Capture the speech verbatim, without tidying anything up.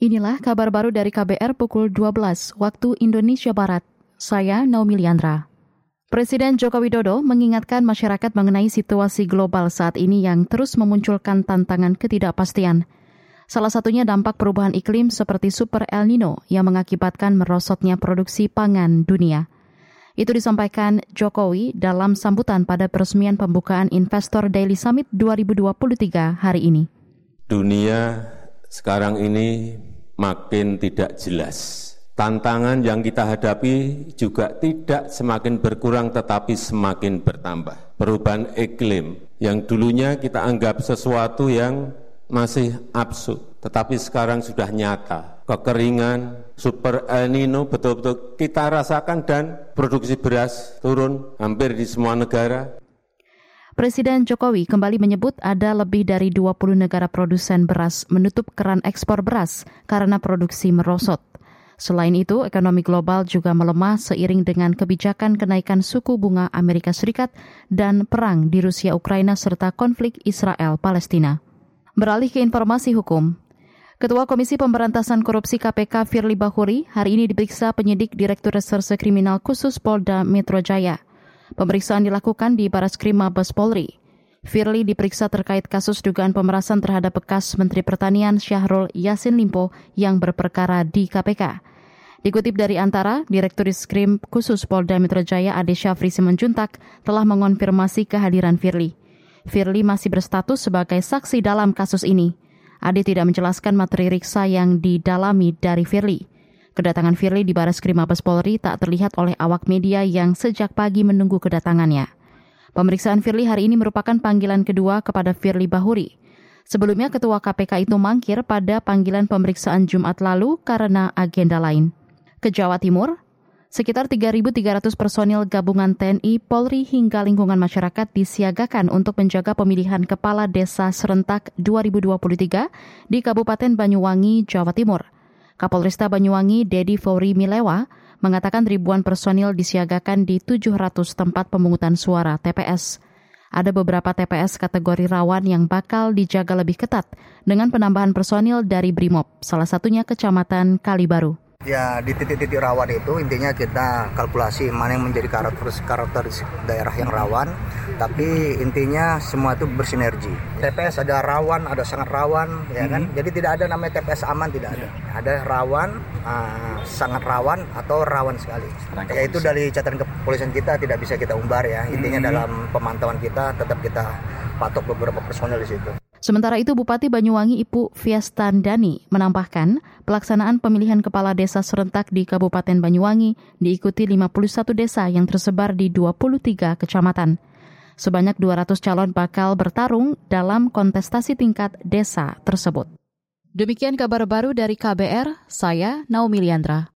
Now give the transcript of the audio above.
Inilah kabar baru dari K B R pukul dua belas waktu Indonesia Barat. Saya Naomi Liandra. Presiden Joko Widodo mengingatkan masyarakat mengenai situasi global saat ini yang terus memunculkan tantangan ketidakpastian. Salah satunya dampak perubahan iklim seperti Super El Nino yang mengakibatkan merosotnya produksi pangan dunia. Itu disampaikan Jokowi dalam sambutan pada peresmian pembukaan Investor Daily Summit dua ribu dua puluh tiga hari ini. Dunia sekarang ini makin tidak jelas. Tantangan yang kita hadapi juga tidak semakin berkurang tetapi semakin bertambah. Perubahan iklim yang dulunya kita anggap sesuatu yang masih absurd, tetapi sekarang sudah nyata. Kekeringan, Super El Nino betul-betul kita rasakan dan produksi beras turun hampir di semua negara. Presiden Jokowi kembali menyebut ada lebih dari dua puluh negara produsen beras menutup keran ekspor beras karena produksi merosot. Selain itu, ekonomi global juga melemah seiring dengan kebijakan kenaikan suku bunga Amerika Serikat dan perang di Rusia-Ukraina serta konflik Israel-Palestina. Beralih ke informasi hukum. Ketua Komisi Pemberantasan Korupsi K P K Firly Bahuri hari ini diperiksa penyidik Direktur Reserse Kriminal Khusus Polda Metro Jaya. Pemeriksaan dilakukan di Bareskrim Mabes Polri. Firly diperiksa terkait kasus dugaan pemerasan terhadap bekas Menteri Pertanian Syahrul Yassin Limpo yang berperkara di K P K. Dikutip dari Antara, Direktur Reskrim Khusus Polda Metro Jaya Ade Syafri Simanjuntak telah mengonfirmasi kehadiran Firly. Firly masih berstatus sebagai saksi dalam kasus ini. Ade tidak menjelaskan materi riksa yang didalami dari Firly. Kedatangan Firly di Bareskrim Mabes Polri tak terlihat oleh awak media yang sejak pagi menunggu kedatangannya. Pemeriksaan Firly hari ini merupakan panggilan kedua kepada Firly Bahuri. Sebelumnya Ketua K P K itu mangkir pada panggilan pemeriksaan Jumat lalu karena agenda lain. Ke Jawa Timur, sekitar tiga ribu tiga ratus personil gabungan T N I, Polri hingga lingkungan masyarakat disiagakan untuk menjaga pemilihan Kepala Desa Serentak dua ribu dua puluh tiga di Kabupaten Banyuwangi, Jawa Timur. Kapolresta Banyuwangi, Dedi Fowri Milewa, mengatakan ribuan personil disiagakan di tujuh ratus tempat pemungutan suara T P S. Ada beberapa T P S kategori rawan yang bakal dijaga lebih ketat dengan penambahan personil dari Brimob, salah satunya Kecamatan Kalibaru. Ya, di titik-titik rawan itu intinya kita kalkulasi mana yang menjadi karakteristik karakteristik daerah yang rawan, tapi intinya semua itu bersinergi. T P S ada rawan, ada sangat rawan, ya kan? Hmm. Jadi tidak ada namanya T P S aman, tidak ada. Ada rawan, uh, sangat rawan atau rawan sekali. Ya itu dari catatan kepolisian kita tidak bisa kita umbar ya. Intinya hmm. dalam pemantauan kita tetap kita patok beberapa personel di situ. Sementara itu, Bupati Banyuwangi Ibu Fiastandani menambahkan pelaksanaan pemilihan kepala desa serentak di Kabupaten Banyuwangi diikuti lima puluh satu desa yang tersebar di dua puluh tiga kecamatan. Sebanyak dua ratus calon bakal bertarung dalam kontestasi tingkat desa tersebut. Demikian kabar baru dari K B R, saya Naomi Liandra.